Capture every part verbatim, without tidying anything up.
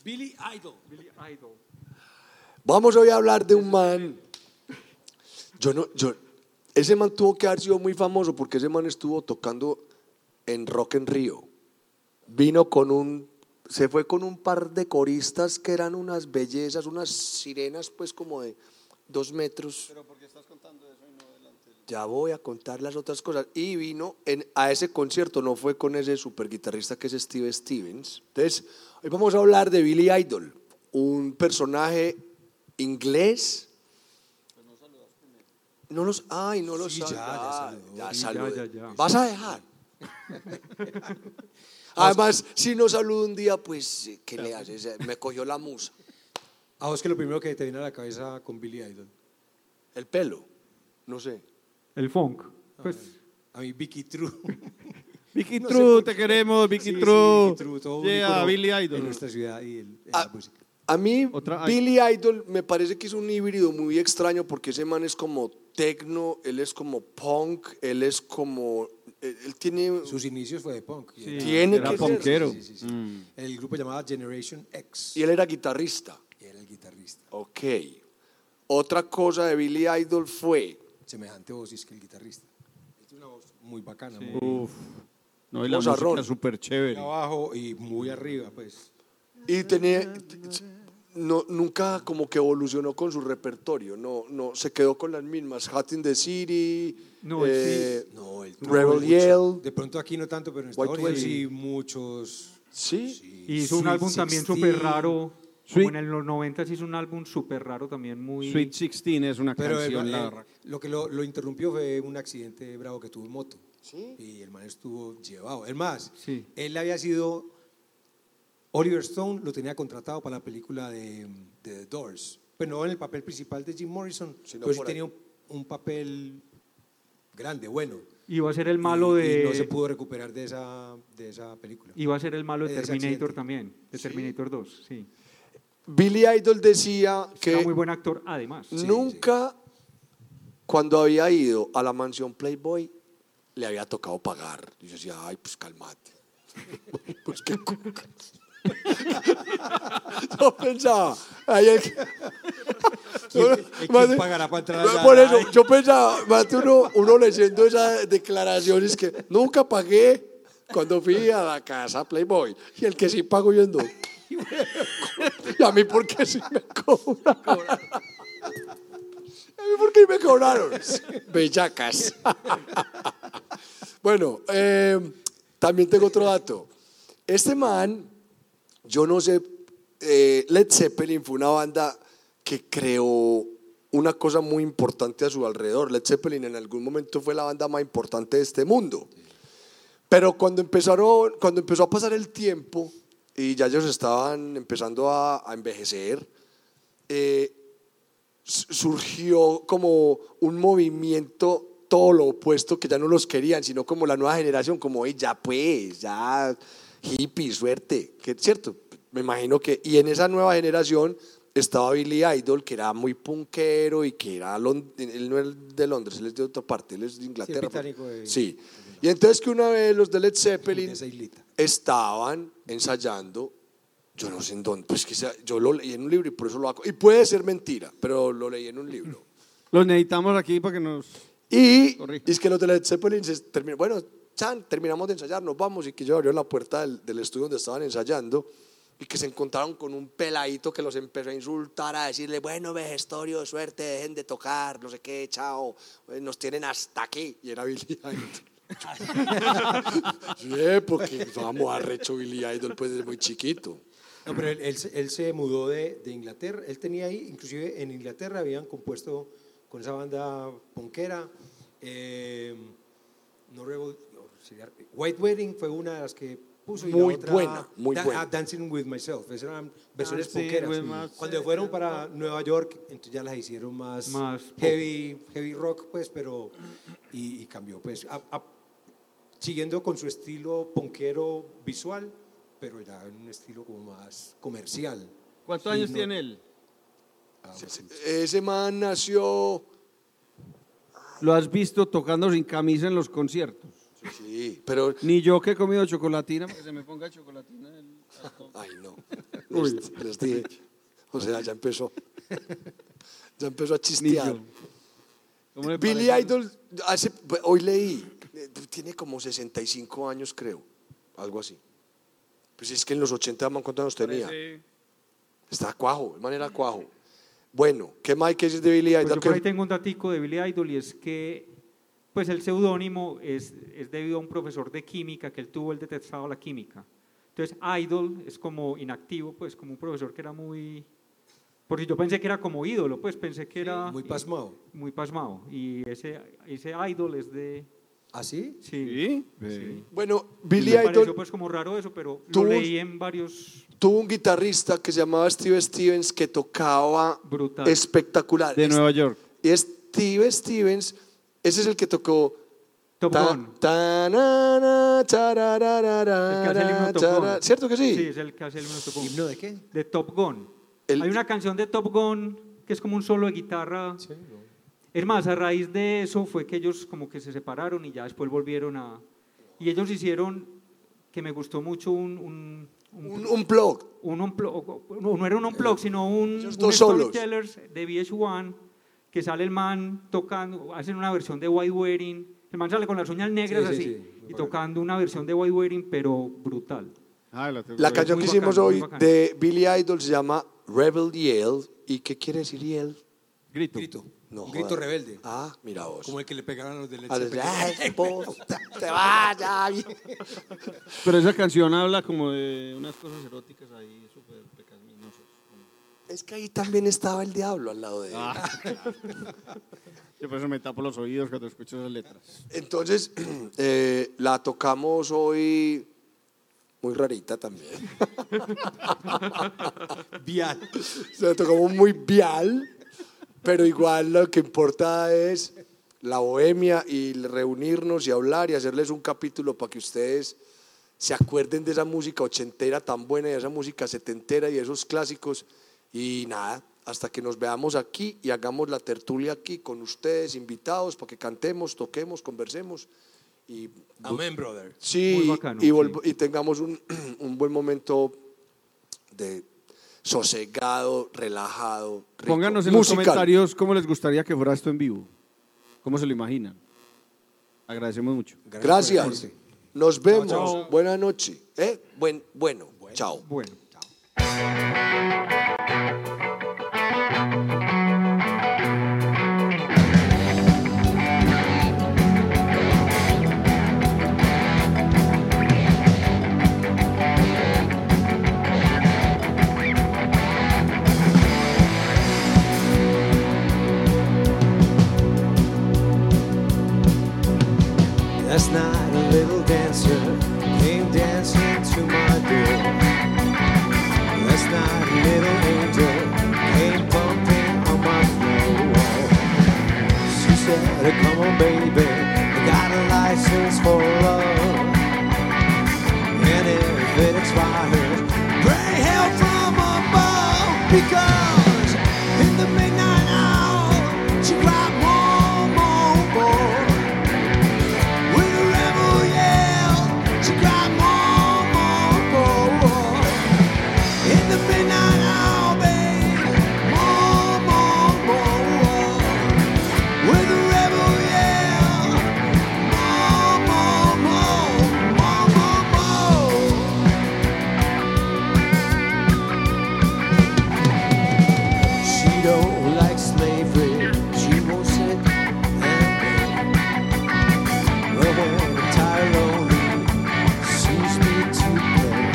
Billy Idol. Billy Idol. Vamos hoy a hablar de un man. Yo no, yo, ese man tuvo que haber sido muy famoso porque ese man estuvo tocando en Rock en Río. Vino con un, se fue con un par de coristas que eran unas bellezas, unas sirenas pues como de dos metros. Pero ¿por qué estás contando eso y no delante? Ya voy a contar las otras cosas. Y vino en, a ese concierto, no fue con ese super guitarrista que es Steve Stevens. Entonces, hoy vamos a hablar de Billy Idol, un personaje inglés. Pues no saludas primero. No los, ay, no los Sí, ya, saludé. ya Ya, saludó. Sí, saludé. ya, ya, ya. ¿Vas a dejar? Además, si no saludo un día, pues, ¿qué le haces? Me cogió la musa. A vos que lo primero que te viene a la cabeza con Billy Idol. El pelo, no sé. El funk. Pues, A mí Vicky True. Vicky No sé True, por te qué. queremos, Vicky Sí, sí, True. Vicky True, todo un Yeah, ícono Billy en Idol. nuestra ciudad y el, en Ah, la música. A mí, Otra- Billy Idol me parece que es un híbrido muy extraño porque ese man es como tecno, él es como punk, él es como. Él, él tiene. Sus inicios fue de punk. y Sí. era- Tiene Era que ser. punkero. Sí, sí, sí. Mm. El grupo llamaba Generation X. Y él era guitarrista. Y era el guitarrista. Ok. Otra cosa de Billy Idol fue. Semejante voz es que el guitarrista. Es una voz muy bacana. Sí. Muy Uf. No, y la Vozarrón. música súper chévere. abajo y muy arriba, pues. Y tenía. No, nunca como que evolucionó con su repertorio, no, no se quedó con las mismas. Hot in the City, No, eh, No, el Rebel mucho. Yell. De pronto aquí no tanto, pero en White Estados Unidos Wave. sí muchos. sí. Sí, y hizo un Sweet álbum también sixteen. súper raro. Sweet- Como en los noventa hizo un álbum súper raro también muy... Sweet Sixteen es una Pero el- canción, el- la verdad. lo que lo, lo interrumpió fue un accidente bravo que tuvo en moto. ¿Sí? Y el man estuvo llevado. Es más, Sí. él había sido. Oliver Stone lo tenía contratado para la película de, de The Doors. Pues no en el papel principal de Jim Morrison, Sino pero sí por ahí. tenía un, un papel grande, bueno. Iba a ser el malo Y- de... y no se pudo recuperar de esa, de esa película. Iba a ser el malo de De ese Terminator accidente. también. De Terminator dos, sí. Billy Idol decía Era que muy buen actor además. Sí, nunca cuando había ido a la mansión Playboy le había tocado pagar. Y yo decía, ay, pues calmate. Pues qué cuca. Yo pensaba, ay, el que- ¿Quién- quién Más de- pagará para entrar allá? Por eso, Ay. yo pensaba, más de uno, uno leyendo esas declaraciones que nunca pagué cuando fui a la casa Playboy. Y el que sí pago yendo. Y a mí, ¿por qué sí me cobraron? ¿A mí por qué me cobraron? Bellacas. Bueno, eh, también tengo otro dato. Este man, yo no sé, eh, Led Zeppelin fue una banda que creó una cosa muy importante a su alrededor. Led Zeppelin en algún momento fue la banda más importante de este mundo. Pero cuando empezaron, cuando empezó a pasar el tiempo y ya ellos estaban empezando a, a envejecer, eh, s- surgió como un movimiento todo lo opuesto, que ya no los querían, sino como la nueva generación, como "Ey, ya pues, ya hippie, suerte", que cierto, me imagino que, y en esa nueva generación estaba Billy Idol, que era muy punkero y que era, lon- él no es de Londres, él es de otra parte, él es de Inglaterra. británico de- Sí, y entonces que una vez los de Led Zeppelin De esa islita. estaban ensayando, yo no sé en dónde, pues que sea- yo lo leí en un libro y por eso lo hago, y puede ser mentira, pero lo leí en un libro. Los necesitamos aquí para que nos... Y, Corrija. y es que los de Led Zeppelin se terminaron, bueno, chan, terminamos de ensayar, nos vamos, y que yo abrieron la puerta del, del estudio donde estaban ensayando y que se encontraron con un peladito que los empezó a insultar, a decirle, bueno, vejestorio, suerte, dejen de tocar, no sé qué, chao, eh, nos tienen hasta aquí. Y era Billy Idol. Sí, porque vamos, arrecho Billy Idol pues desde muy chiquito. No, pero él, él se- él se mudó de, de Inglaterra. Él tenía ahí, inclusive en Inglaterra habían compuesto con esa banda punkera. eh, no Rebel- no, sería- White Wedding fue una de las que puso. y la Muy otra, buena, muy Da- buena. ah, Dancing with Myself. Esas eran versiones Dancing punkeras. with myself. Cuando fueron para Nueva York, entonces ya las hicieron más, Más pop. heavy, heavy rock, pues, pero. Y, y cambió, pues. a- a- siguiendo con su estilo punkero visual, pero ya en un estilo como más comercial. ¿Cuántos Sí, años no- tiene él? Ah, pues, Ese man nació, ¿Lo has visto tocando sin camisa en los conciertos? sí, pero, Ni yo que he comido chocolatina, porque se me ponga chocolatina. el- ay no, Les, les dije. O sea, ya empezó. Ya empezó a chistear. ¿Cómo le Billy parece? Idol, hace, hoy leí, eh, tiene como sesenta y cinco años, creo. Algo así. Pues es que en los ochenta, man, ¿cuántos años tenía? Parece- Está cuajo, de manera cuajo. Bueno, ¿qué más hay que decir de Billy Pues Idol? yo por ahí ¿Qué- tengo un datico de Billy Idol y es que pues el seudónimo es, es debido a un profesor de química que él tuvo, él detestaba la química. Entonces Idol es como inactivo, pues como un profesor que era muy... Porque yo pensé que era como ídolo, pues pensé que era... Muy pasmado. Muy pasmado. Y ese, ese Idol es de... ¿Ah, sí? Sí. ¿Sí? Sí. Bueno, Billy Me pareció Idol pues como raro eso, pero tuvo- lo leí en varios... tuvo un guitarrista que se llamaba Steve Stevens que tocaba Brutal. espectacular. De Nueva York. Y Steve Stevens, ese es el que tocó Top Ta- Gun. ta- na- na, tarararara, El que hace el himno Top tara- Gun. ¿Cierto que sí? Sí, es el que hace el himno Top Gun. ¿Himno de qué? De Top Gun. El- Hay una canción de Top Gun que es como un solo de guitarra. Sí, no. Es más, a raíz de eso fue que ellos como que se separaron y ya después volvieron a... Y ellos hicieron, que me gustó mucho, un... un, un, Un, un blog. un unplug- no, no era un unplug, sino un, Ellos un dos solos. Storytellers de V H uno, que sale el man tocando, hacen una versión de White Wedding, el man sale con las uñas negras Sí, sí, así, sí, me y acuerdo. tocando una versión de White Wedding, pero brutal. Ah, la, tengo La que ver. canción muy que hicimos bacano, muy hoy bacano. de Billy Idol se llama Rebel Yell. ¿Y qué quiere decir Yell? Grito. Grito. No un grito joda. rebelde. Ah, mira vos. Como el que le pegaron a los de Led A los- Zeppelin. Ay, vos, te vaya. Pero esa canción habla como de unas cosas eróticas ahí, súper pecaminosas. Es que ahí también estaba el diablo al lado de él. Ah, claro. Yo por eso me tapo los oídos cuando escucho esas letras. Entonces, eh, la tocamos hoy muy rarita también. Vial. Se la tocamos muy vial, pero igual lo que importa es la bohemia y reunirnos y hablar y hacerles un capítulo para que ustedes se acuerden de esa música ochentera tan buena y de esa música setentera y de esos clásicos. Y nada, hasta que nos veamos aquí y hagamos la tertulia aquí con ustedes, invitados, para que cantemos, toquemos, conversemos. Y Amén, brother. sí, Muy bacano, y, volv- sí. y tengamos un, un buen momento de sosegado, relajado, rico. Pónganos en musical. los comentarios cómo les gustaría que fuera esto en vivo. ¿Cómo se lo imaginan? Agradecemos mucho. Gracias. Nos vemos. chao. Buenas noches. ¿Eh? Buen, bueno, chao. Bueno. Last night a little dancer came dancing to my door. Last night a little angel came pumping on my floor. She said, come on baby, I got a license for love. And if it expires, pray help from above. Because in the midnight hour, she cried more, more, more. With a rebel yell, she cried more, more, more. In the midnight hour, babe, more, more, more. With a rebel yell, more, more, more, more, more, more. She don't like slavery, she won't sit and beg. Well, when I'm tired lonely, sees me to play.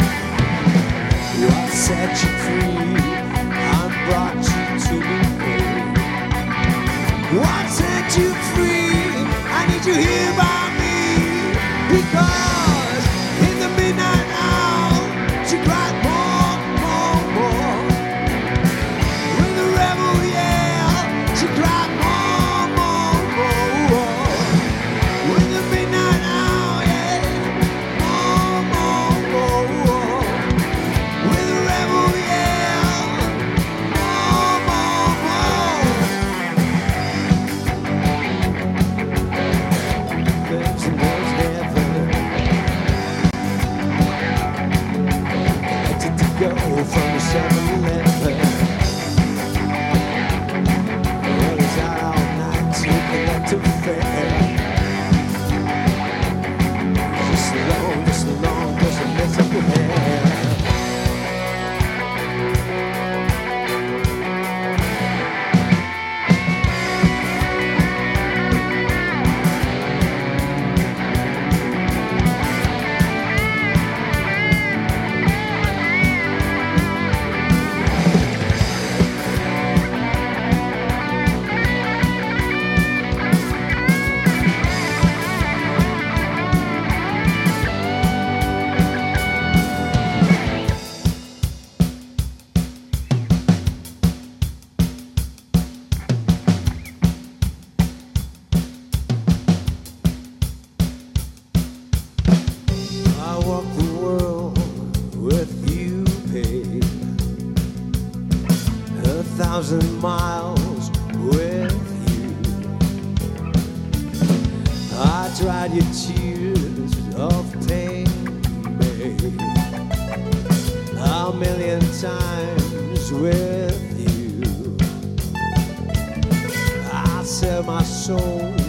What set you free? I brought you to me, babe. What set you free? I need you here by me. Because in the midnight hour, she cried more, more, more. With a rebel yell, she cried more, more, more. With the midnight hour, yeah, more, more, more. With a rebel yell, more, more, more. go from the seven eleven. Well, he's out all night to collect a fare. Just along, just along, just a mess up your hair. I walk the world with you, babe. A thousand miles with you. I dried your tears of pain, babe. A million times with you. I sell my soul